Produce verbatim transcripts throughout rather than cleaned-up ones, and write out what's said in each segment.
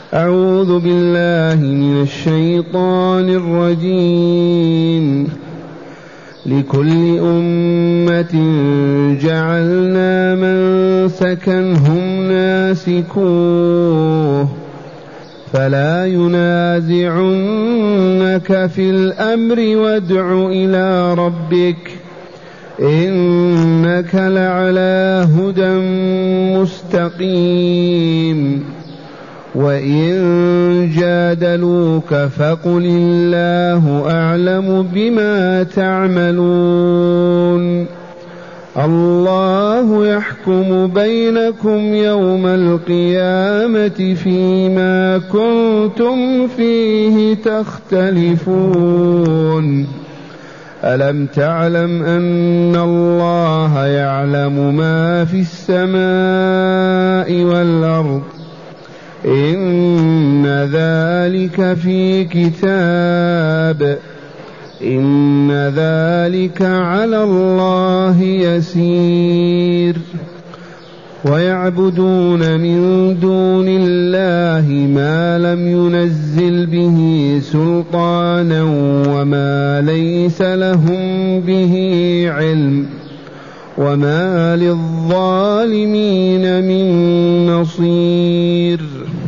أعوذ بالله من الشيطان الرجيم. لكل أمة جعلنا منسكا هم ناسكوه فلا ينازعنك في الأمر وادع إلى ربك إنك لعلى هدى مستقيم. وإن جادلوك فقل الله أعلم بما تعملون الله يحكم بينكم يوم القيامة فيما كنتم فيه تختلفون ألم تعلم أن الله يعلم ما في السماء والأرض إن ذلك في كتاب إن ذلك على الله يسير. ويعبدون من دون الله ما لم ينزل به سلطانا وما ليس لهم به علم وما للظالمين من نصير.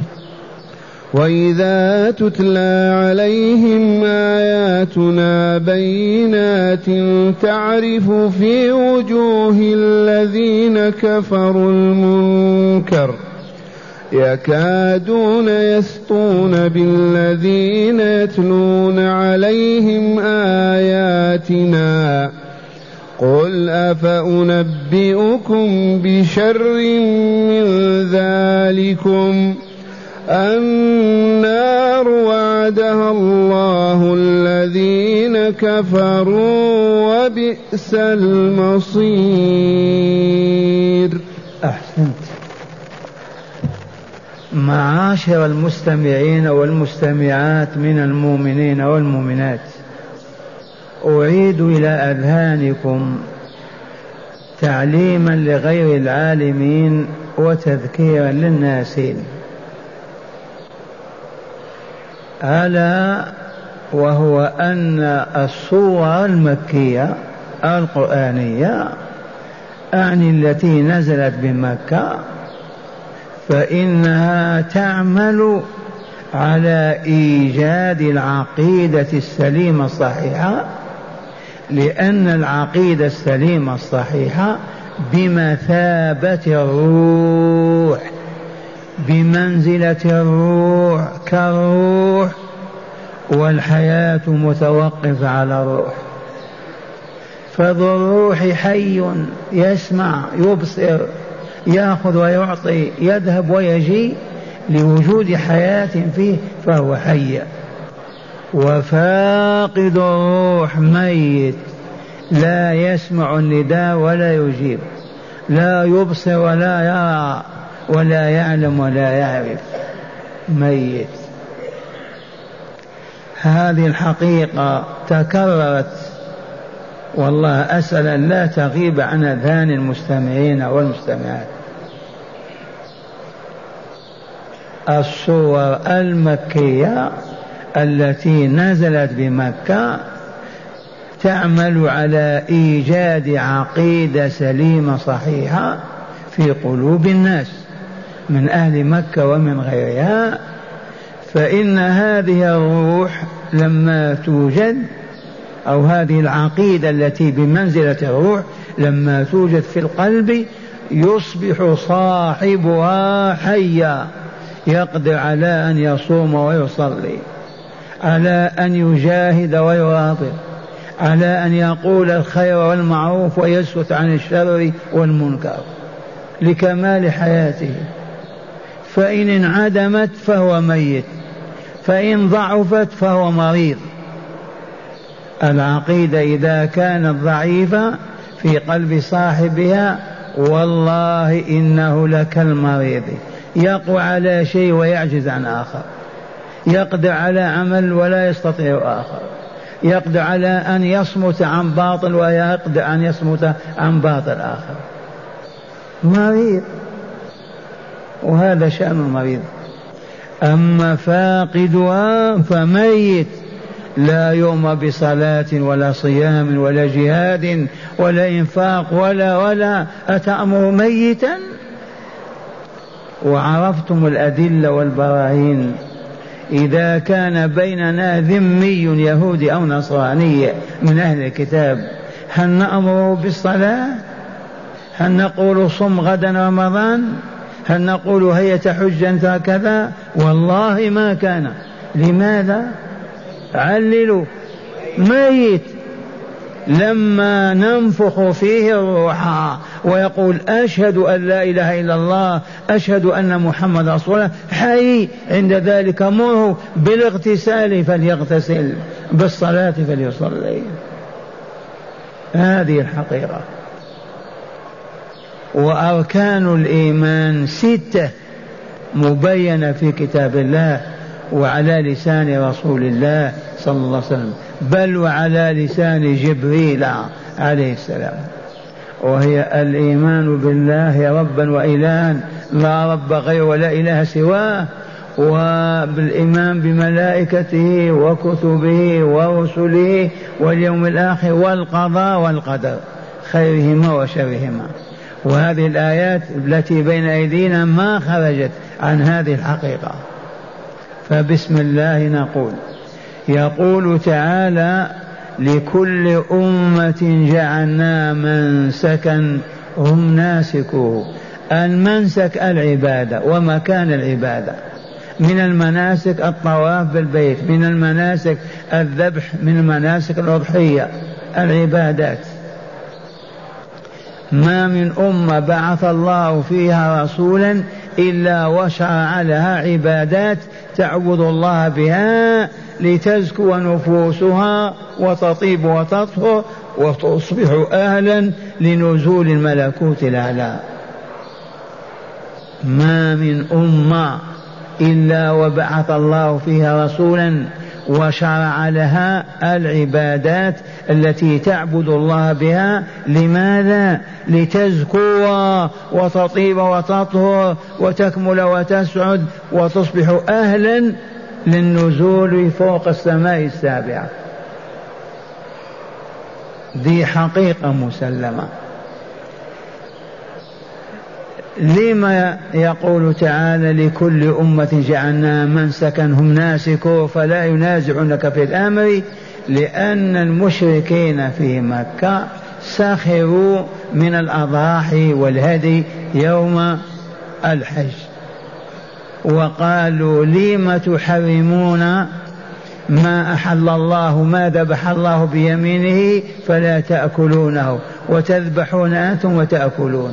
وإذا تتلى عليهم آياتنا بينات تعرف في وجوه الذين كفروا المنكر يكادون يسطون بالذين يتلون عليهم آياتنا قل أفأنبئكم بشر من ذلكم النار وعدها الله الذين كفروا وبئس المصير. أحسنت. معاشر المستمعين والمستمعات من المؤمنين والمؤمنات، أعيد إلى أذهانكم تعليما لغير العالمين وتذكيرا للناسين، ألا وهو أن السورة المكية القرآنية أعني التي نزلت بمكة فإنها تعمل على إيجاد العقيدة السليمة الصحيحة، لأن العقيدة السليمة الصحيحة بمثابة الروح، بمنزلة الروح كالروح، والحياة متوقفة على الروح. فذو الروح حي يسمع يبصر يأخذ ويعطي يذهب ويجي لوجود حياة فيه فهو حي. وفاقد الروح ميت، لا يسمع النداء ولا يجيب، لا يبصر ولا يرى ولا يعلم ولا يعرف، ميت. هذه الحقيقة تكررت، والله أسأل أن لا تغيب عن أذهان المستمعين والمستمعات. السور المكية التي نزلت بمكة تعمل على إيجاد عقيدة سليمة صحيحة في قلوب الناس من أهل مكة ومن غيرها. فإن هذه الروح لما توجد، أو هذه العقيدة التي بمنزلة الروح لما توجد في القلب، يصبح صاحبها حيا، يقدر على أن يصوم ويصلي، على أن يجاهد ويواظب، على أن يقول الخير والمعروف ويسكت عن الشر والمنكر لكمال حياته. فإن انعدمت فهو ميت، فإن ضعفت فهو مريض. العقيدة إذا كانت ضعيفة في قلب صاحبها والله إنه لكالمريض، يقوى على شيء ويعجز عن آخر، يقدر على عمل ولا يستطيع آخر، يقدر على أن يصمت عن باطل ويقدر أن يصمت عن باطل آخر. مريض، وهذا شأن المريض. أما فاقدها فميت، لا يؤمر بصلاة ولا صيام ولا جهاد ولا إنفاق ولا ولا أتأمر ميتا. وعرفتم الأدلة والبراهين. إذا كان بيننا ذمي يهودي أو نصراني من أهل الكتاب هل نأمره بالصلاة؟ هل نقول صم غدا رمضان؟ هل نقول هيا تحج أنت كذا؟ والله ما كان. لماذا؟ عللوا. ميت. لما ننفخ فيه الروح ويقول أشهد أن لا إله إلا الله أشهد أن محمد رسول الله حي، عند ذلك مره بالاغتسال فليغتسل، بالصلاة فليصلي. هذه الحقيقة. وأركان الإيمان ستة مبينة في كتاب الله وعلى لسان رسول الله صلى الله عليه وسلم، بل وعلى لسان جبريل عليه السلام، وهي الإيمان بالله ربا وإلها لا رب غيره ولا إله سواه، وبالإيمان بملائكته وكتبه ورسله واليوم الآخر والقضاء والقدر خيرهما وشرهما. وهذه الآيات التي بين أيدينا ما خرجت عن هذه الحقيقة. فبسم الله نقول. يقول تعالى: لكل أمة جعلنا منسكا هم ناسكوه. المنسك العبادة ومكان العبادة. من المناسك الطواف بالبيت، من المناسك الذبح، من المناسك الأضحية، العبادات. ما من أمة بعث الله فيها رسولا إلا وشرع لها عبادات تعبد الله بها لتزكو نفوسها وتطيب وتطهر وتصبح أهلا لنزول الملكوت الأعلى. ما من أمة إلا وبعث الله فيها رسولا وشرع لها العبادات التي تعبد الله بها. لماذا؟ لتزكو وتطيب وتطهر وتكمل وتسعد وتصبح أهلا للنزول فوق السماء السابعة. ذي حقيقة مسلمة. لما يقول تعالى لكل أمة جعلنا منسكا هم ناسكوه فلا ينازعنك في الأمر؟ لأن المشركين في مكة سخروا من الأضاحي والهدي يوم الحج، وقالوا لم تحرمون ما أحل الله، ما ذبح الله بيمينه فلا تأكلونه وتذبحون أنتم وتأكلون.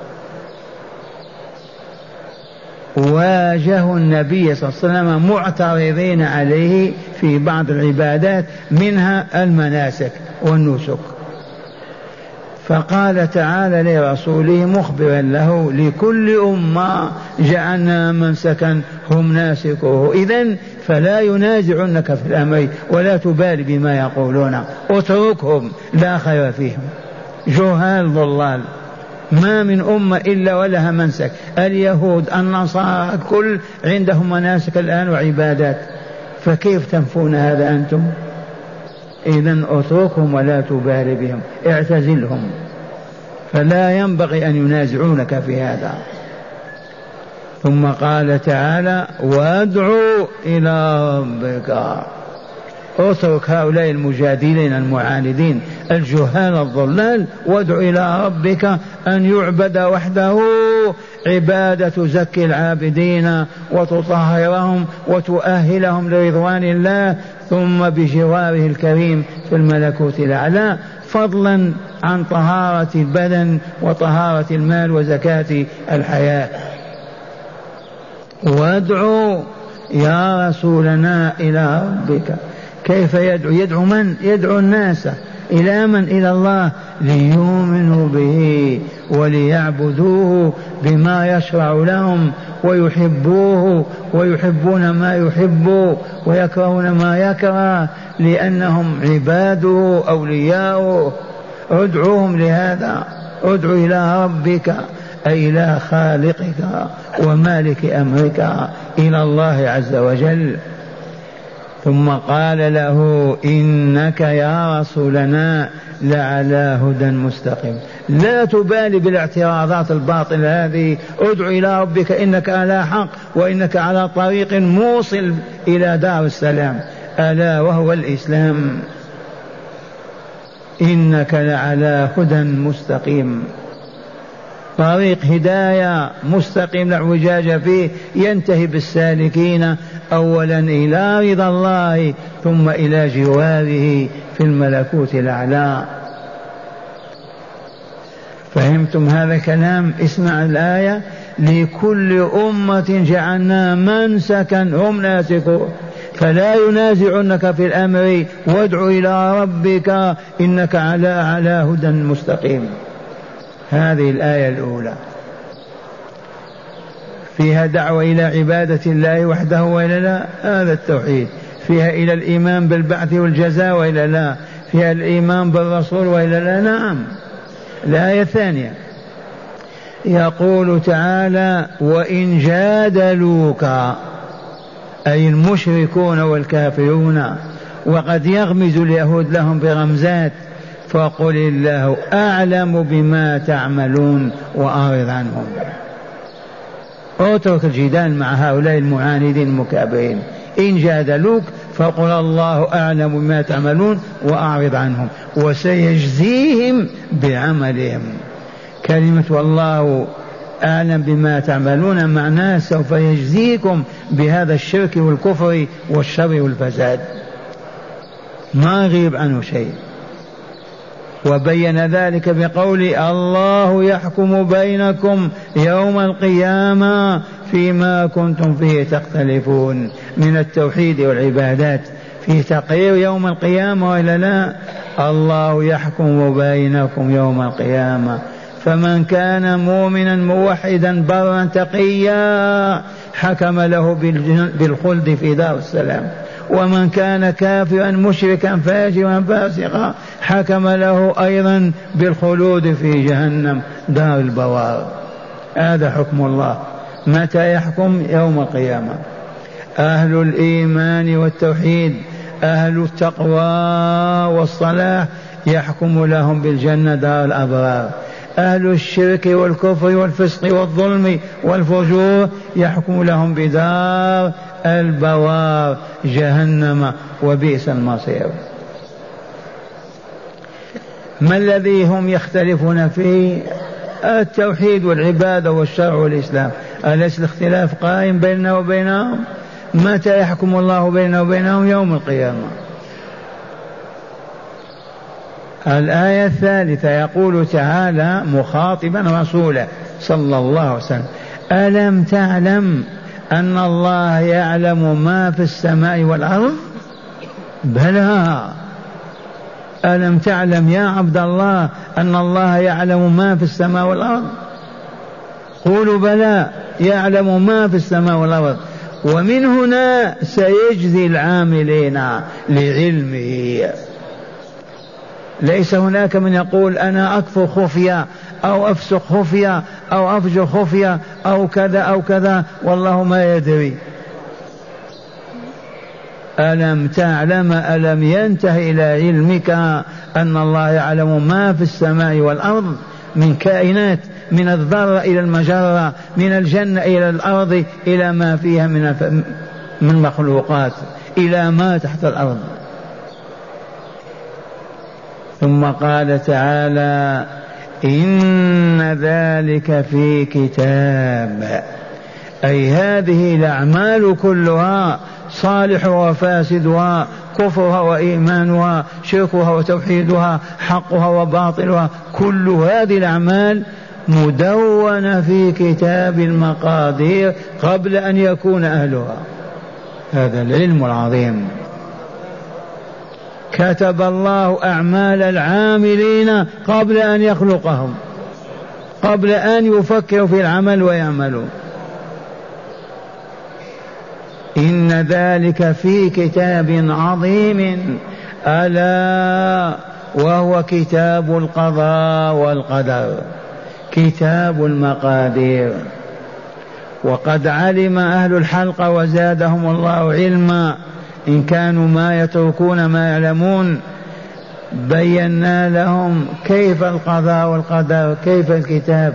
واجهوا النبي صلى الله عليه وسلم معترضين عليه في بعض العبادات منها المناسك والنسك. فقال تعالى لرسوله مخبرا له: لكل أمة جعلنا منسكا هم ناسكوه. إذن فلا ينازعنك في الأمر ولا تبالي بما يقولون، اتركهم لا خير فيهم، جهال ضلال. ما من أمة إلا ولها منسك. اليهود النصارى الكل عندهم مناسك الآن وعبادات، فكيف تنفون هذا أنتم؟ إذن اتركهم ولا تبالي بهم، اعتزلهم، فلا ينبغي أن ينازعونك في هذا. ثم قال تعالى: وادعوا إلى ربك. اترك هؤلاء المجادلين المعاندين الجهال الضلال، وادع إلى ربك أن يعبد وحده عبادة تزكي العابدين وتطهرهم وتؤهلهم لرضوان الله ثم بجواره الكريم في الملكوت الأعلى، فضلا عن طهارة البدن وطهارة المال وزكاة الحياة. وادعوا يا رسولنا إلى ربك. كيف يدعو؟ يدعو من؟ يدعو الناس إلى من؟ إلى الله، ليؤمنوا به وليعبدوه بما يشرع لهم ويحبوه ويحبون ما يحب ويكرهون ما يكره، لأنهم عباده أولياؤه. ادعوهم لهذا. ادعو إلى ربك أي إلى خالقك ومالك أمرك، إلى الله عز وجل. ثم قال له إنك يا رسولنا لعلى هدى مستقيم. لا تبالي بالاعتراضات الباطلة هذه، ادع إلى ربك إنك على حق وإنك على طريق موصل إلى دار السلام، ألا وهو الإسلام. إنك لعلى هدى مستقيم، طريق هداية مستقيم لا اعوجاج فيه، ينتهي بالسالكين أولا إلى رضا الله ثم إلى جواره في الملكوت الأعلى. فهمتم هذا الكلام؟ اسمع الآية: لكل أمة جعلنا منسكا هم ناسكوه فلا ينازعنك في الأمر وادع إلى ربك إنك على على هدى مستقيم. هذه الآية الأولى فيها دعوة إلى عبادة الله وحده وإلا لا؟ هذا التوحيد. فيها إلى الإيمان بالبعث والجزاء وإلا لا؟ فيها الإيمان بالرسول وإلا لا؟ نعم. الآية الثانية يقول تعالى: وإن جادلوك، أي المشركون والكافرون، وقد يغمز اليهود لهم برمزات، فقل الله أعلم بما تعملون وأعرض عنهم. اترك الجدال مع هؤلاء المعاندين المكابرين. إن جادلوك فقل الله أعلم بما تعملون وأعرض عنهم وسيجزيهم بعملهم. كلمة والله أعلم بما تعملون معناه سوف يجزيكم بهذا الشرك والكفر والشر والفساد، ما يغيب عنه شيء. وبين ذلك بقول: الله يحكم بينكم يوم القيامة فيما كنتم فيه تختلفون، من التوحيد والعبادات، في تقرير يوم القيامة وإلا لا؟ الله يحكم بينكم يوم القيامة، فمن كان مؤمنا موحدا برا تقيا حكم له بالخلد في دار السلام، ومن كان كافرا مشركا فاجرا فاسقا حكم له أيضا بالخلود في جهنم دار البوار. هذا حكم الله. متى يحكم؟ يوم القيامة. أهل الإيمان والتوحيد، أهل التقوى والصلاح يحكم لهم بالجنة دار الأبرار. أهل الشرك والكفر والفسق والظلم والفجور يحكم لهم بدار البوار جهنم وبئس المصير. ما الذي هم يختلفون فيه؟ التوحيد والعبادة والشرع والإسلام. أليس الاختلاف قائم بيننا وبينهم؟ متى يحكم الله بيننا وبينهم؟ يوم القيامة. الآية الثالثة يقول تعالى مخاطبا رسوله صلى الله عليه وسلم: ألم تعلم أن الله يعلم ما في السماء والأرض؟ بلى. ألم تعلم يا عبد الله أن الله يعلم ما في السماء والأرض؟ قولوا بلى، يعلم ما في السماء والأرض. ومن هنا سيجزي العاملين لعلمه. ليس هناك من يقول أنا أكفر خفية أو أفسق خفية أو أفجر خفية أو كذا أو كذا والله ما يدري. ألم تعلم، ألم ينتهي إلى علمك أن الله يعلم ما في السماء والأرض من كائنات، من الذرة إلى المجرة، من الجنة إلى الأرض، إلى ما فيها من من مخلوقات، إلى ما تحت الأرض. ثم قال تعالى: إن ذلك في كتاب، أي هذه الأعمال كلها، صالحها وفاسدها، كفرها وإيمانها، شركها وتوحيدها، حقها وباطلها، كل هذه الأعمال مدونة في كتاب المقادير قبل أن يكون أهلها. هذا العلم العظيم. كتب الله أعمال العاملين قبل أن يخلقهم، قبل أن يفكروا في العمل ويعملوا. إن ذلك في كتاب عظيم، ألا وهو كتاب القضاء والقدر، كتاب المقادير. وقد علم أهل الحلقة وزادهم الله علما إن كانوا ما يتركون ما يعلمون، بينا لهم كيف القضاء والقدر، كيف الكتاب.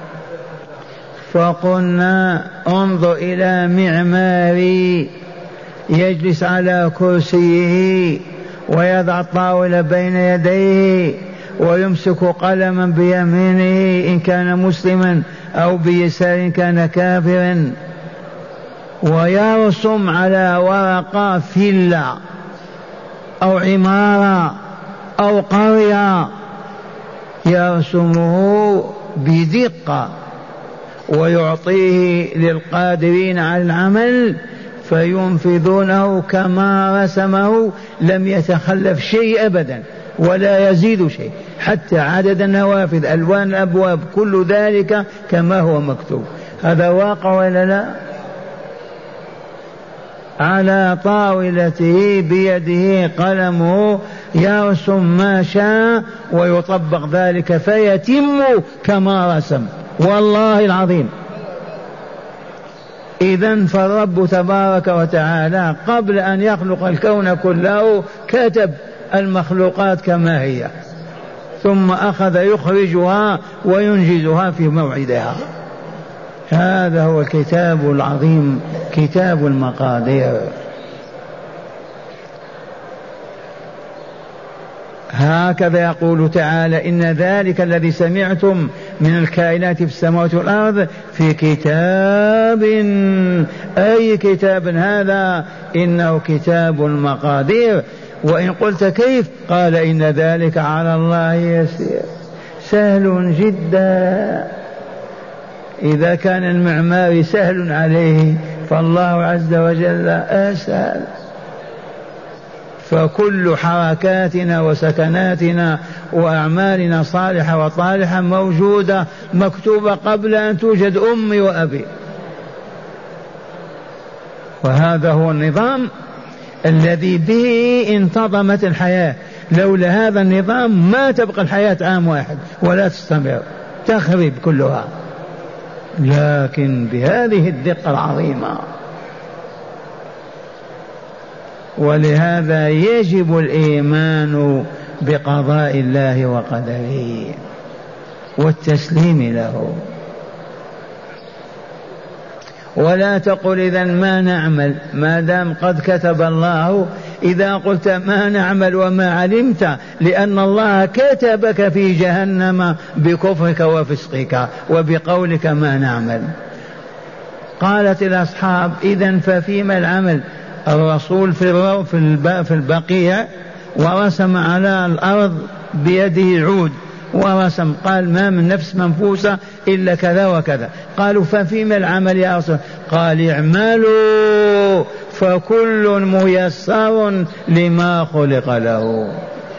فقلنا انظر إلى معماري يجلس على كرسيه ويضع الطاولة بين يديه ويمسك قلما بيمينه إن كان مسلما أو بيسار إن كان كافرا، ويرسم على ورقة فيلا أو عمارة أو قرية، يرسمه بدقة ويعطيه للقادرين على العمل فينفذونه كما رسمه، لم يتخلف شيء أبدا ولا يزيد شيء، حتى عدد النوافذ، ألوان الأبواب، كل ذلك كما هو مكتوب. هذا واقع ولا لا؟ على طاولته بيده قلمه يرسم ما شاء ويطبق ذلك فيتم كما رسم، والله العظيم. إذن فالرب تبارك وتعالى قبل أن يخلق الكون كله كتب المخلوقات كما هي، ثم أخذ يخرجها وينجزها في موعدها. هذا هو الكتاب العظيم، كتاب المقادير. هكذا يقول تعالى: إن ذلك الذي سمعتم من الكائنات في السماوات والأرض في كتاب. أي كتاب هذا؟ إنه كتاب المقادير. وإن قلت كيف؟ قال: إن ذلك على الله يسير، سهل جدا. إذا كان المعمار سهل عليه فالله عز وجل أسهل. فكل حركاتنا وسكناتنا وأعمالنا صالحة وطالحة موجودة مكتوبة قبل أن توجد أمي وأبي. وهذا هو النظام الذي به انتظمت الحياة. لولا هذا النظام ما تبقى الحياة عام واحد ولا تستمر، تخرب كلها. لكن بهذه الدقة العظيمة. ولهذا يجب الإيمان بقضاء الله وقدره والتسليم له. ولا تقل إذن ما نعمل ما دام قد كتب الله. إذا قلت ما نعمل وما علمت، لأن الله كتبك في جهنم بكفرك وفسقك وبقولك ما نعمل. قالت الأصحاب: إذن ففيما العمل؟ الرسول في البقيع ورسم على الأرض بيده عود ورسم، قال: ما من نفس منفوسة إلا كذا وكذا. قالوا: ففيما العمل يا رسول؟ قال: اعملوا فكل ميسر لما خلق له.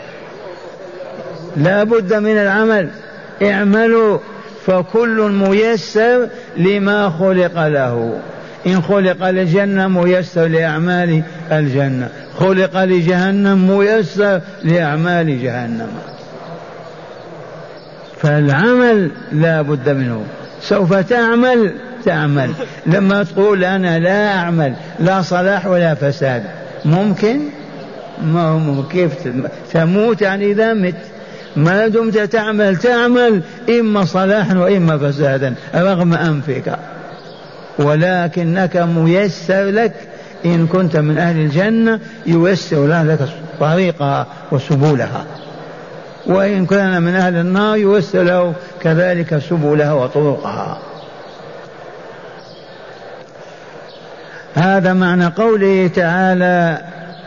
لا بد من العمل. اعملوا فكل ميسر لما خلق له. إن خلق للجنة ميسر لأعمال الجنة، خلق لجهنم ميسر لأعمال جهنم. فالعمل لا بد منه. سوف تعمل تعمل. لما تقول أنا لا أعمل، لا صلاح ولا فساد، ممكن؟ ما هو ممكن. كيف تموت يعني إذا مت؟ ما دمت تعمل تعمل إما صلاحا وإما فسادا رغم أنفك، ولكنك ميسر لك. إن كنت من أهل الجنة ييسر لك طريقها وسبلها، وإن كان من أهل النار ييسر له كذلك سبلها وطرقها. هذا معنى قوله تعالى: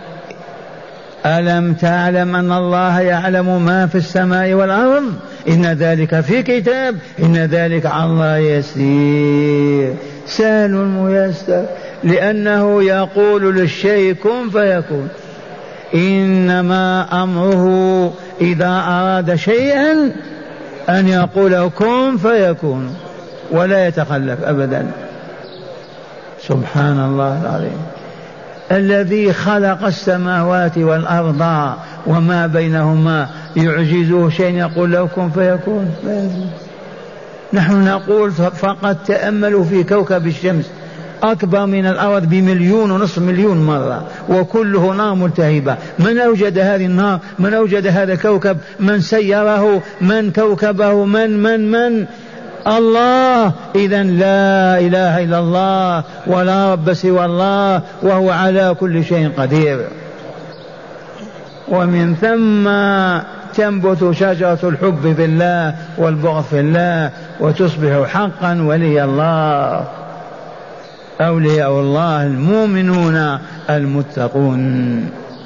ألم تعلم أن الله يعلم ما في السماء والأرض إن ذلك في كتاب إن ذلك على الله يسير. سهل ميسر، لأنه يقول للشيء كن فيكون. إنما أمره إذا أراد شيئا أن يقول كن فيكون ولا يتخلف أبدا. سبحان الله العظيم. الذي خلق السماوات والأرض وما بينهما يعجزه شيء يقول له كن فيكون. نحن نقول فقط تأملوا في كوكب الشمس أكبر من الأرض بمليون ونصف مليون مرة، وكله نار ملتهبة. من أوجد هذه النار؟ من أوجد هذا الكوكب؟ من سيره؟ من كوكبه؟ من من من الله. إذن لا إله إلا الله ولا رب سوى الله، وهو على كل شيء قدير. ومن ثم تنبت شجرة الحب في الله والبغض في الله، وتصبح حقا ولي الله. أولياء الله المؤمنون المتقون.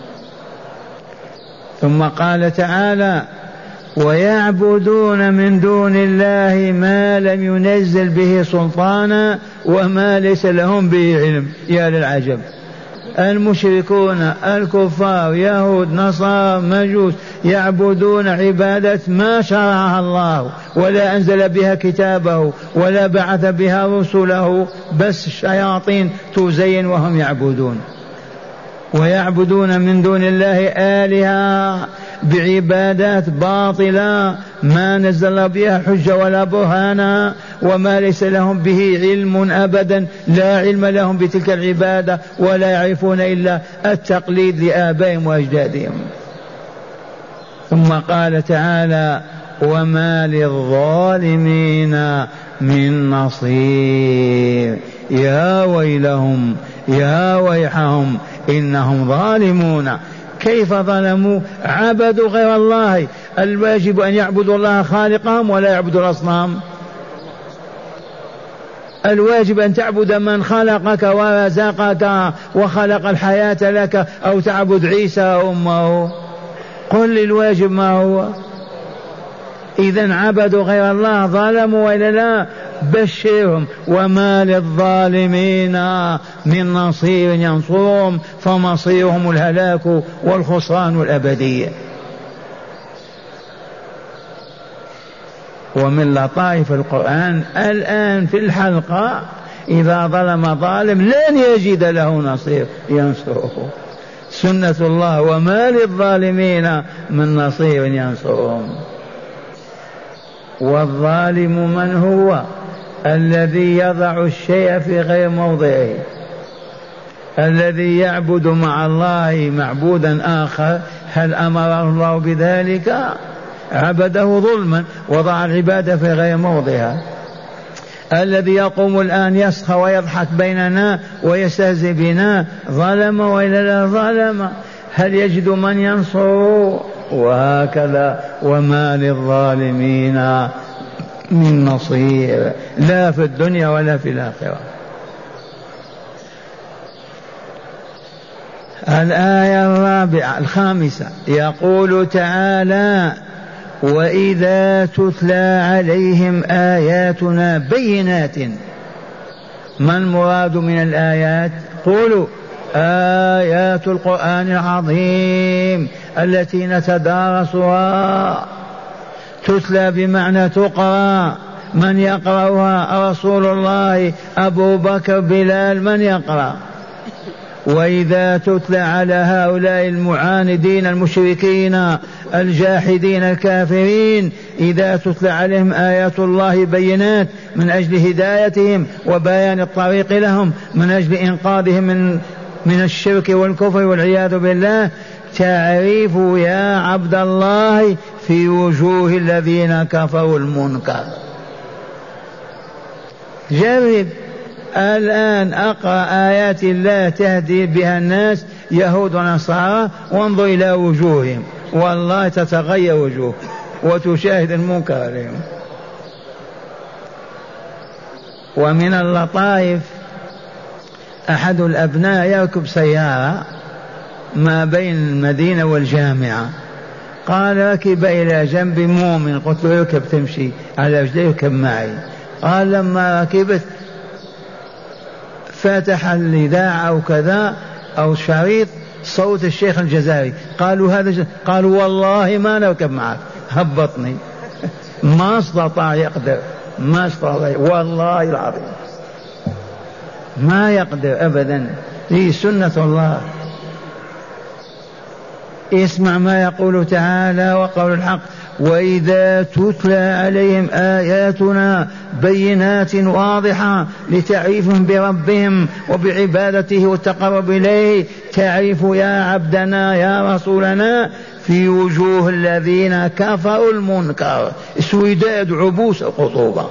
ثم قال تعالى: ويعبدون من دون الله ما لم ينزل به سلطانا وما ليس لهم به علم. يا للعجب، المشركون الكفار يهود نصارى مجوس يعبدون عبادة ما شرعها الله ولا أنزل بها كتابه ولا بعث بها رسله، بس الشياطين تزين وهم يعبدون. ويعبدون من دون الله آلهة بعبادات باطلة ما نزل بها حجة ولا برهانا، وما ليس لهم به علم أبدا، لا علم لهم بتلك العبادة ولا يعرفون إلا التقليد لآبائهم وأجدادهم. ثم قال تعالى: وما للظالمين من نصير. يا ويلهم يا ويحهم إنهم ظالمون. كيف ظلموا؟ عبدوا غير الله. الواجب أن يعبدوا الله خالقهم ولا يعبدوا الأصنام. الواجب أن تعبد من خلقك ورزقك وخلق الحياة لك، أو تعبد عيسى أمه. قل لي الواجب ما هو. إذن عبدوا غير الله ظلموا وإلا لا؟ بشرهم: وما للظالمين من نصير ينصرهم فمصيرهم الهلاك والخسران الأبدي. ومن لطائف القرآن الآن في الحلقة: إذا ظلم ظالم لن يجد له نصير ينصره. سنة الله: وما للظالمين من نصير ينصرهم. والظالم من هو؟ الذي يضع الشيء في غير موضعه، الذي يعبد مع الله معبودا آخر. هل أمره الله بذلك؟ عبده ظلما، وضع العبادة في غير موضعها. الذي يقوم الآن يسخر ويضحك بيننا ويستهزئ بنا ظلم وإلا لا ظلم؟ هل يجد من ينصر؟ وهكذا: وما للظالمين من نصير، لا في الدنيا ولا في الآخرة. الآية الرابعة الخامسة يقول تعالى: وإذا تتلى عليهم آياتنا بينات. ما المراد من الآيات؟ قولوا: آيات القرآن العظيم التي نتدارسها. تتلى بمعنى تقرأ. من يقرأها؟ رسول الله، أبو بكر، بلال. من يقرأ؟ وإذا تتلى على هؤلاء المعاندين المشركين الجاحدين الكافرين، إذا تتلى عليهم آيات الله بينات من أجل هدايتهم وبيان الطريق لهم، من أجل إنقاذهم من من الشرك والكفر والعياذ بالله، تعريف يا عبد الله في وجوه الذين كفروا المنكر. جرب الآن، أقرأ آيات الله تهدي بها الناس يهود ونصارى، وانظر إلى وجوههم، والله تتغير وجوه وتشاهد المنكر عليهم. ومن اللطائف: أحد الأبناء يركب سيارة ما بين المدينة والجامعة، قال: ركب إلى جنب مؤمن. قلت له: اركب تمشي على رجلي، اركب معي. قال: لما ركبت فتح الإذاعة أو كذا أو شريط صوت الشيخ الجزائري. قالوا: هذا. قالوا: والله ما نركب معك، هبطني. ما استطاع يقدر، ما استطاع، والله العظيم ما يقدر أبدا. هي سنة الله. اسمع ما يقول تعالى وقول الحق: وإذا تتلى عليهم آياتنا بينات واضحة لتعريفهم بربهم وبعبادته والتقرب إليه، تعرف يا عبدنا يا رسولنا في وجوه الذين كفروا المنكر اسوداد عبوس الخطوبة،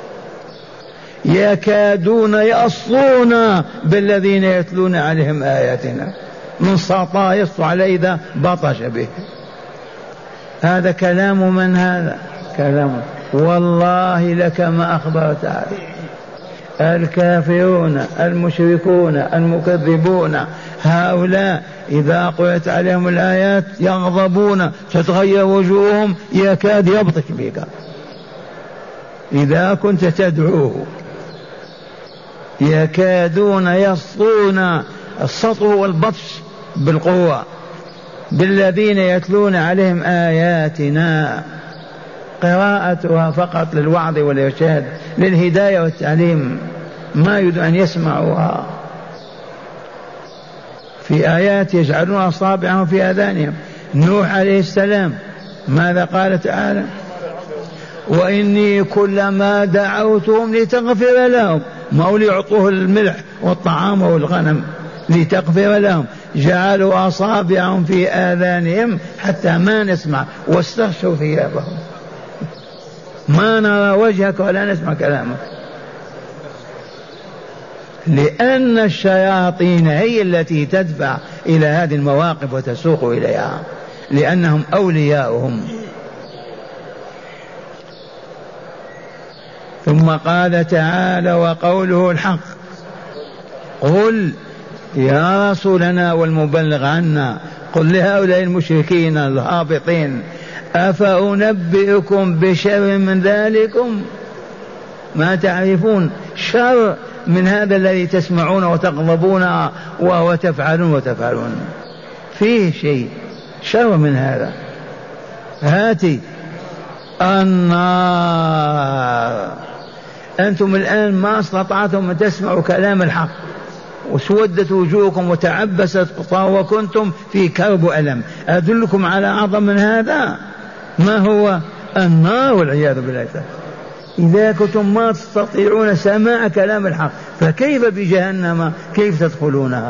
يكادون يأصون بالذين يتلون عليهم آياتنا من سطا يسطو عليه إذا بطش به. هذا كلام من هذا؟ كلام والله لك ما أخبرت عليه. الكافرون المشركون المكذبون هؤلاء إذا قرأت عليهم الآيات يغضبون، تتغير وجوههم، يكاد يبطش بك إذا كنت تدعوه، يكادون يسطون، السطو والبطش بالقوة بالذين يتلون عليهم آياتنا، قراءتها فقط للوعظ والإرشاد للهداية والتعليم، ما يريد أن يسمعوها. في آيات يجعلون أصابعهم في آذانهم. نوح عليه السلام ماذا قال تعالى؟ وإني كلما دعوتهم لتغفر لهم، ما هو ليعطوه الملح والطعام والغنم، لتغفر لهم جعلوا أصابعهم في آذانهم حتى ما نسمع واستغشوا ثيابهم، ما نرى وجهك ولا نسمع كلامك، لأن الشياطين هي التي تدفع إلى هذه المواقف وتسوق إليها، لأنهم أولياؤهم. ثم قال تعالى وقوله الحق قل يا رسولنا والمبلغ عنا، قل لهؤلاء المشركين الهابطين أفأنبئكم بشر من ذلكم؟ ما تعرفون شر من هذا الذي تسمعون وتغضبون وتفعلون وتفعلون فيه شيء شر من هذا. هاتي النار. أنتم الآن ما استطعتم أن تسمعوا كلام الحق وسودت وجوهكم وتعبست وكنتم في كرب وألم. أدلكم على أعظم من هذا؟ ما هو؟ النار والعياذ بالله. إذا كنتم ما تستطيعون سماع كلام الحق فكيف بجهنم؟ كيف تدخلونها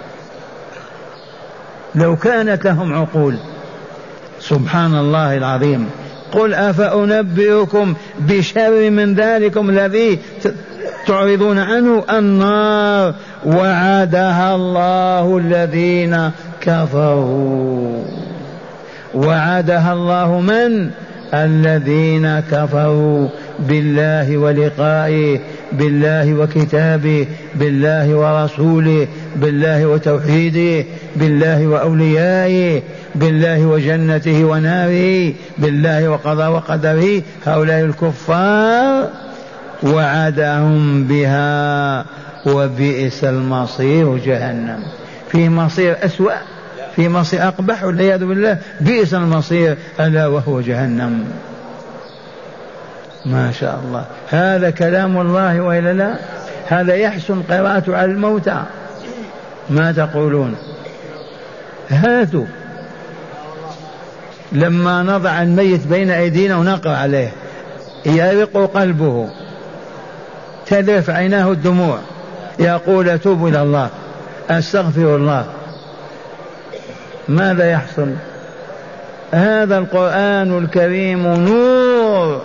لو كانت لهم عقول؟ سبحان الله العظيم. قل أفأنبئكم بشر من ذلكم الذي تعرضون عنه؟ النار وعدها الله الذين كفروا. وعدها الله من؟ الذين كفروا بالله ولقائه، بالله وكتابه، بالله ورسوله، بالله وتوحيده، بالله وأوليائه، بالله وجنته وناره، بالله وقضاء وقدره. هؤلاء الكفار وعدهم بها وبئس المصير جهنم. في مصير أسوأ، في مصير أقبح والعياذ بالله، بئس المصير ألا وهو جهنم. ما شاء الله. هذا كلام الله وإلا لا؟ هذا يحسن قراءته على الموتى. ما تقولون؟ هاتوا لما نضع الميت بين أيدينا ونقرأ عليه يرق قلبه، تذرف عيناه الدموع، يقول أتوب إلى الله، أستغفر الله. ماذا يحصل؟ هذا القرآن الكريم نور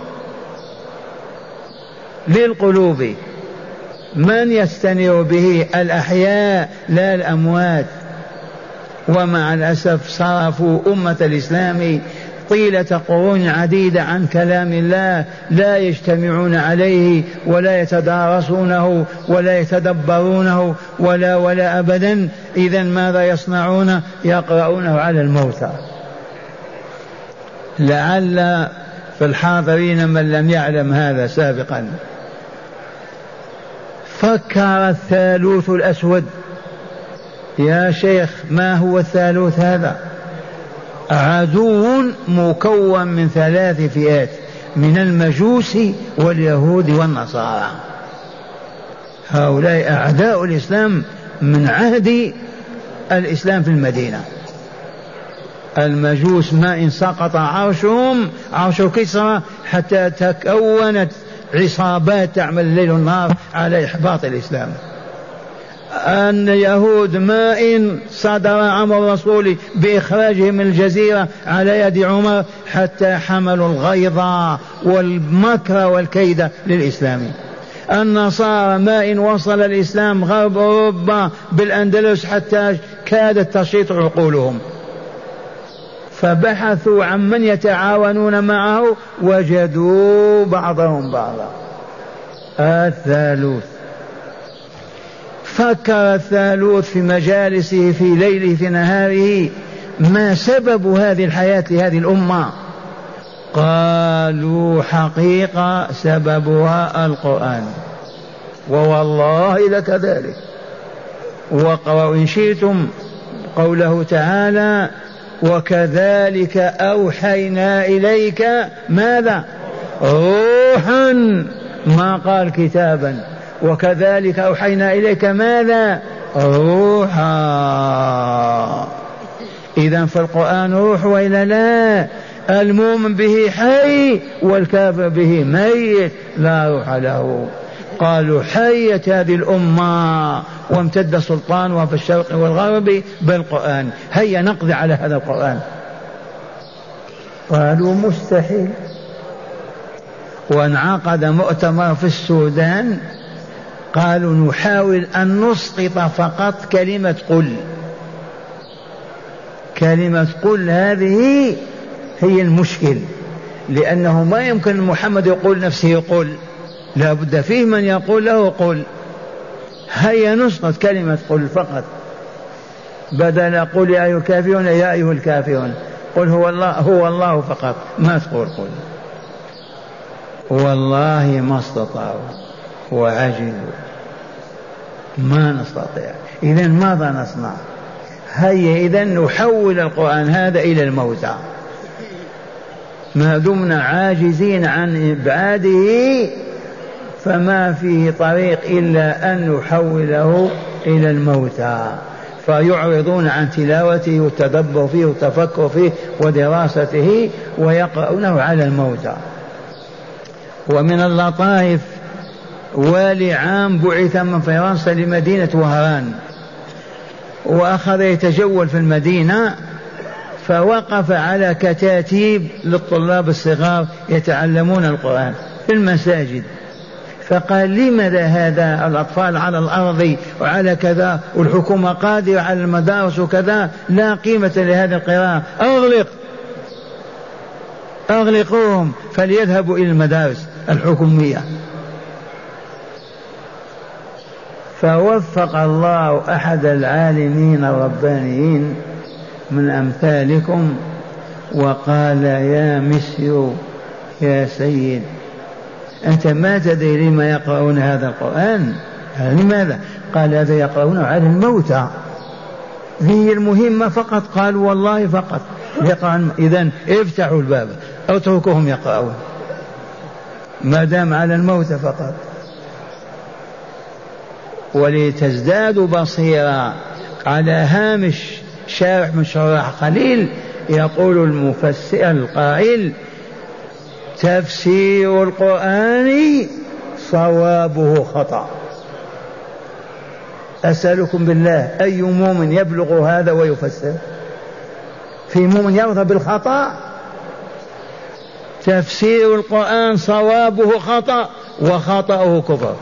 للقلوب، من يستنير به؟ الأحياء لا الأموات. ومع الأسف صرفوا أمة الإسلام طيلة قرون عديدة عن كلام الله، لا يجتمعون عليه ولا يتدارسونه ولا يتدبرونه ولا ولا أبدا. إذن ماذا يصنعون؟ يقرؤونه على الموتى. لعل في الحاضرين من لم يعلم هذا سابقا. فكر الثالوث الأسود. يا شيخ ما هو الثالوث هذا؟ عدو مكون من ثلاث فئات، من المجوس واليهود والنصارى. هؤلاء أعداء الإسلام من عهد الإسلام في المدينة. المجوس ما إن سقط عرشهم عرش كسرى حتى تكونت عصابات تعمل الليل والنهار على إحباط الإسلام. أن يهود ما إن صدر أمر الرسول بإخراجهم من الجزيرة على يد عمر حتى حملوا الغيظ والمكر والكيد للإسلام. النصارى ما إن وصل الإسلام غرب أوروبا بالأندلس حتى كادت تشيط عقولهم، فبحثوا عن من يتعاونون معه وجدوا بعضهم بعضا. الثالوث، فكر الثالوث في مجالسه في ليله في نهاره ما سبب هذه الحياة لهذه الأمة؟ قالوا حقيقة سببها القرآن، ووالله لكذلك. وقرأوا إن شئتم قوله تعالى وكذلك أوحينا إليك ماذا؟ روحا، ما قال كتابا. وكذلك أوحينا إليك ماذا؟ روحا. إذن فالقرآن روح وإلا لا؟ المؤمن به حي والكافر به ميت لا روح له. قالوا حيت هذه الأمة وامتد سلطانها في الشرق والغرب بالقرآن، هيا نقضي على هذا القرآن. قالوا مستحيل. وانعقد مؤتمر في السودان، قالوا نحاول أن نسقط فقط كلمة قل. كلمة قل هذه هي المشكل، لأنه ما يمكن محمد يقول نفسه قل، لا بد فيه من يقول له قل. هيا نسقط كلمة قل فقط، بدل قل يا أيها الكافرون يا أيها الكافرون، قل هو الله هو الله فقط، ما تقول قل. والله ما استطاعوا وعجزوا، ما نستطيع. إذن ماذا نصنع؟ هيا إذن نحول القرآن هذا إلى الموتى، ما دمنا عاجزين عن إبعاده فما فيه طريق إلا أن نحوله إلى الموتى، فيعرضون عن تلاوته والتدبر فيه والتفكر فيه ودراسته ويقرؤونه على الموتى. ومن اللطائف والي عام بعث من فرنسا لمدينة وهران، وأخذ يتجول في المدينة، فوقف على كتاتيب للطلاب الصغار يتعلمون القرآن في المساجد، فقال لماذا هذا الأطفال على الأرض وعلى كذا والحكومة قادرة على المدارس وكذا، لا قيمة لهذه القراءة، أغلق أغلقوهم فليذهبوا إلى المدارس الحكومية. فوفق الله أحد العالمين الربانيين من أمثالكم وقال يا مسيو يا سيد أنت ما تدري لما يقرؤون هذا القرآن؟ لماذا؟ قال هذا يقرؤونه على الموتى، هي المهمة فقط. قال والله فقط يقرأ. إذن افتحوا الباب اتركوهم يقرؤون ما دام على الموتى فقط. ولتزدادوا بصيرا، على هامش شارح من شراح قليل يقول المفسر القائل تفسير القرآن صوابه خطأ. أسألكم بالله أي مؤمن يبلغ هذا ويفسر؟ في مؤمن يرضى بالخطأ؟ تفسير القرآن صوابه خطأ وخطأه كفر.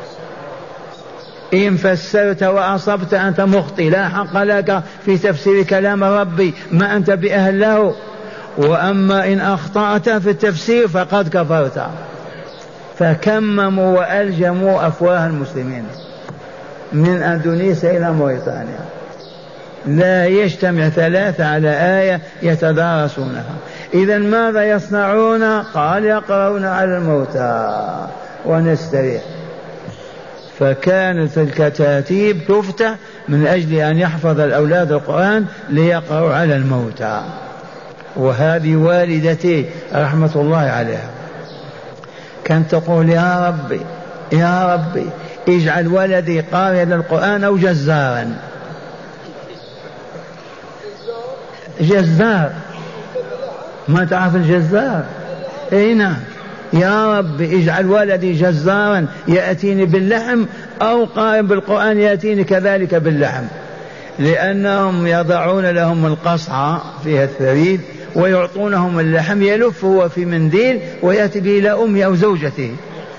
إن فسرت وأصبت أنت مخطئ، لا حق لك في تفسير كلام ربي، ما أنت بأهل له. وأما إن أخطأت في التفسير فقد كفرت. فكمموا وألجموا أفواه المسلمين من أندونيسيا إلى موريتانيا، لا يجتمع ثلاثة على آية يتدارسونها. إذا ماذا يصنعون؟ قال يقرؤون على الموتى ونستريح. فكانت الكتاتيب تفتح من أجل أن يحفظ الأولاد القرآن ليقرأوا على الموتى. وهذه والدتي رحمة الله عليها كانت تقول يا ربي يا ربي اجعل ولدي قارئا للقرآن أو جزارا. جزار. ما تعرف الجزار؟ اي نعم. يا رب اجعل ولدي جزارا يأتيني باللحم، أو قائم بالقرآن يأتيني كذلك باللحم، لأنهم يضعون لهم القصعة فيها الثريد ويعطونهم اللحم، يلف هو في منديل ويأتي به إلى أمه أو زوجته.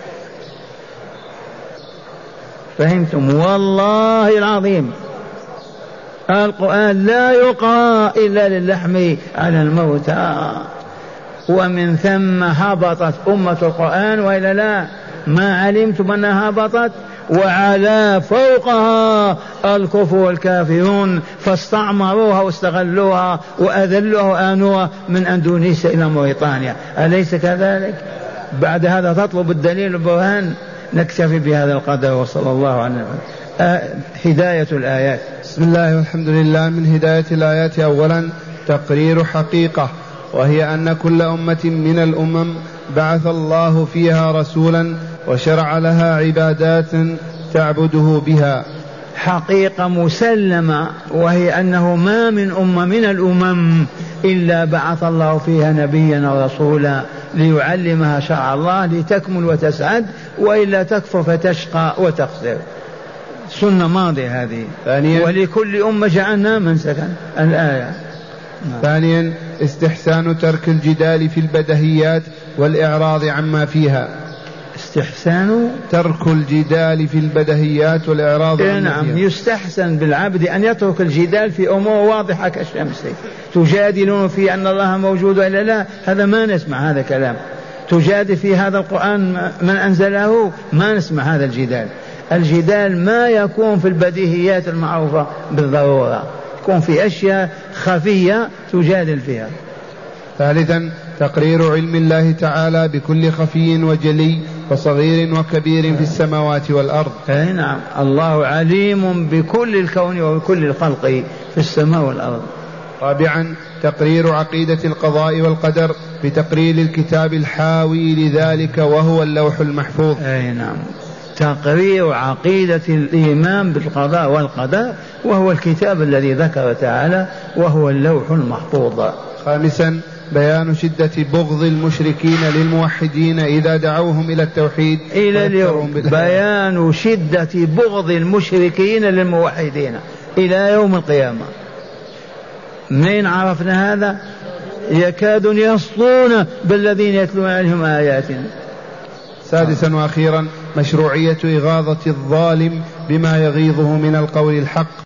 فهمتم؟ والله العظيم القرآن لا يقرأ إلا للحم على الموتى، ومن ثم هبطت أمة القرآن، وإلا لا ما علمتم أنها هبطت، وعلى فوقها الكفر والكافرون فاستعمروها واستغلوها وأذلوها وآنوها من أندونيسيا إلى موريطانيا. أليس كذلك؟ بعد هذا تطلب الدليل البرهان. نكتفي بهذا القدر، وصلى الله على النبي. آه هداية الآيات. بسم الله والحمد لله. من هداية الآيات أولا تقرير حقيقة، وهي أن كل أمة من الأمم بعث الله فيها رسولا وشرع لها عبادات تعبده بها. حقيقة مسلمة، وهي أنه ما من أمة من الأمم إلا بعث الله فيها نبيا ورسولا ليعلمها شرع الله لتكمل وتسعد، وإلا تكفر فتشقى وتخسر. سنة ماضية هذه. ولكل أمة جعلنا منسكا. الآية. ثانيا استحسان ترك الجدال في البدهيات والإعراض عما فيها. استحسان ترك الجدال في البدهيات والإعراض عما نعم فيها. يستحسن بالعبد أن يترك الجدال في أمور واضحة كالشمس. تجادلون في أن الله موجود إلا لا، هذا ما نسمع هذا كلام. تجادل في هذا القرآن من أنزله، ما نسمع هذا الجدال. الجدال ما يكون في البديهيات المعروفة بالضرورة، يكون في أشياء خفية تجادل فيها. ثالثا تقرير علم الله تعالى بكل خفي وجلي وصغير وكبير في السماوات والأرض. أي نعم، الله عليم بكل الكون وبكل الخلق في السماء والأرض. رابعا تقرير عقيدة القضاء والقدر بتقرير الكتاب الحاوي لذلك وهو اللوح المحفوظ. أي نعم، تقرير عقيدة الإيمان بالقضاء والقدر، وهو الكتاب الذي ذكر تعالى وهو اللوح المحفوظ. خامسا بيان شدة بغض المشركين للموحدين إذا دعوهم إلى التوحيد إلى اليوم. بيان شدة بغض المشركين للموحدين إلى يوم القيامة. منين عرفنا هذا؟ يكادون يسطون بالذين يتلون عليهم آياتنا. سادسا وأخيرا مشروعية إغاظة الظالم بما يغيظه من القول الحق.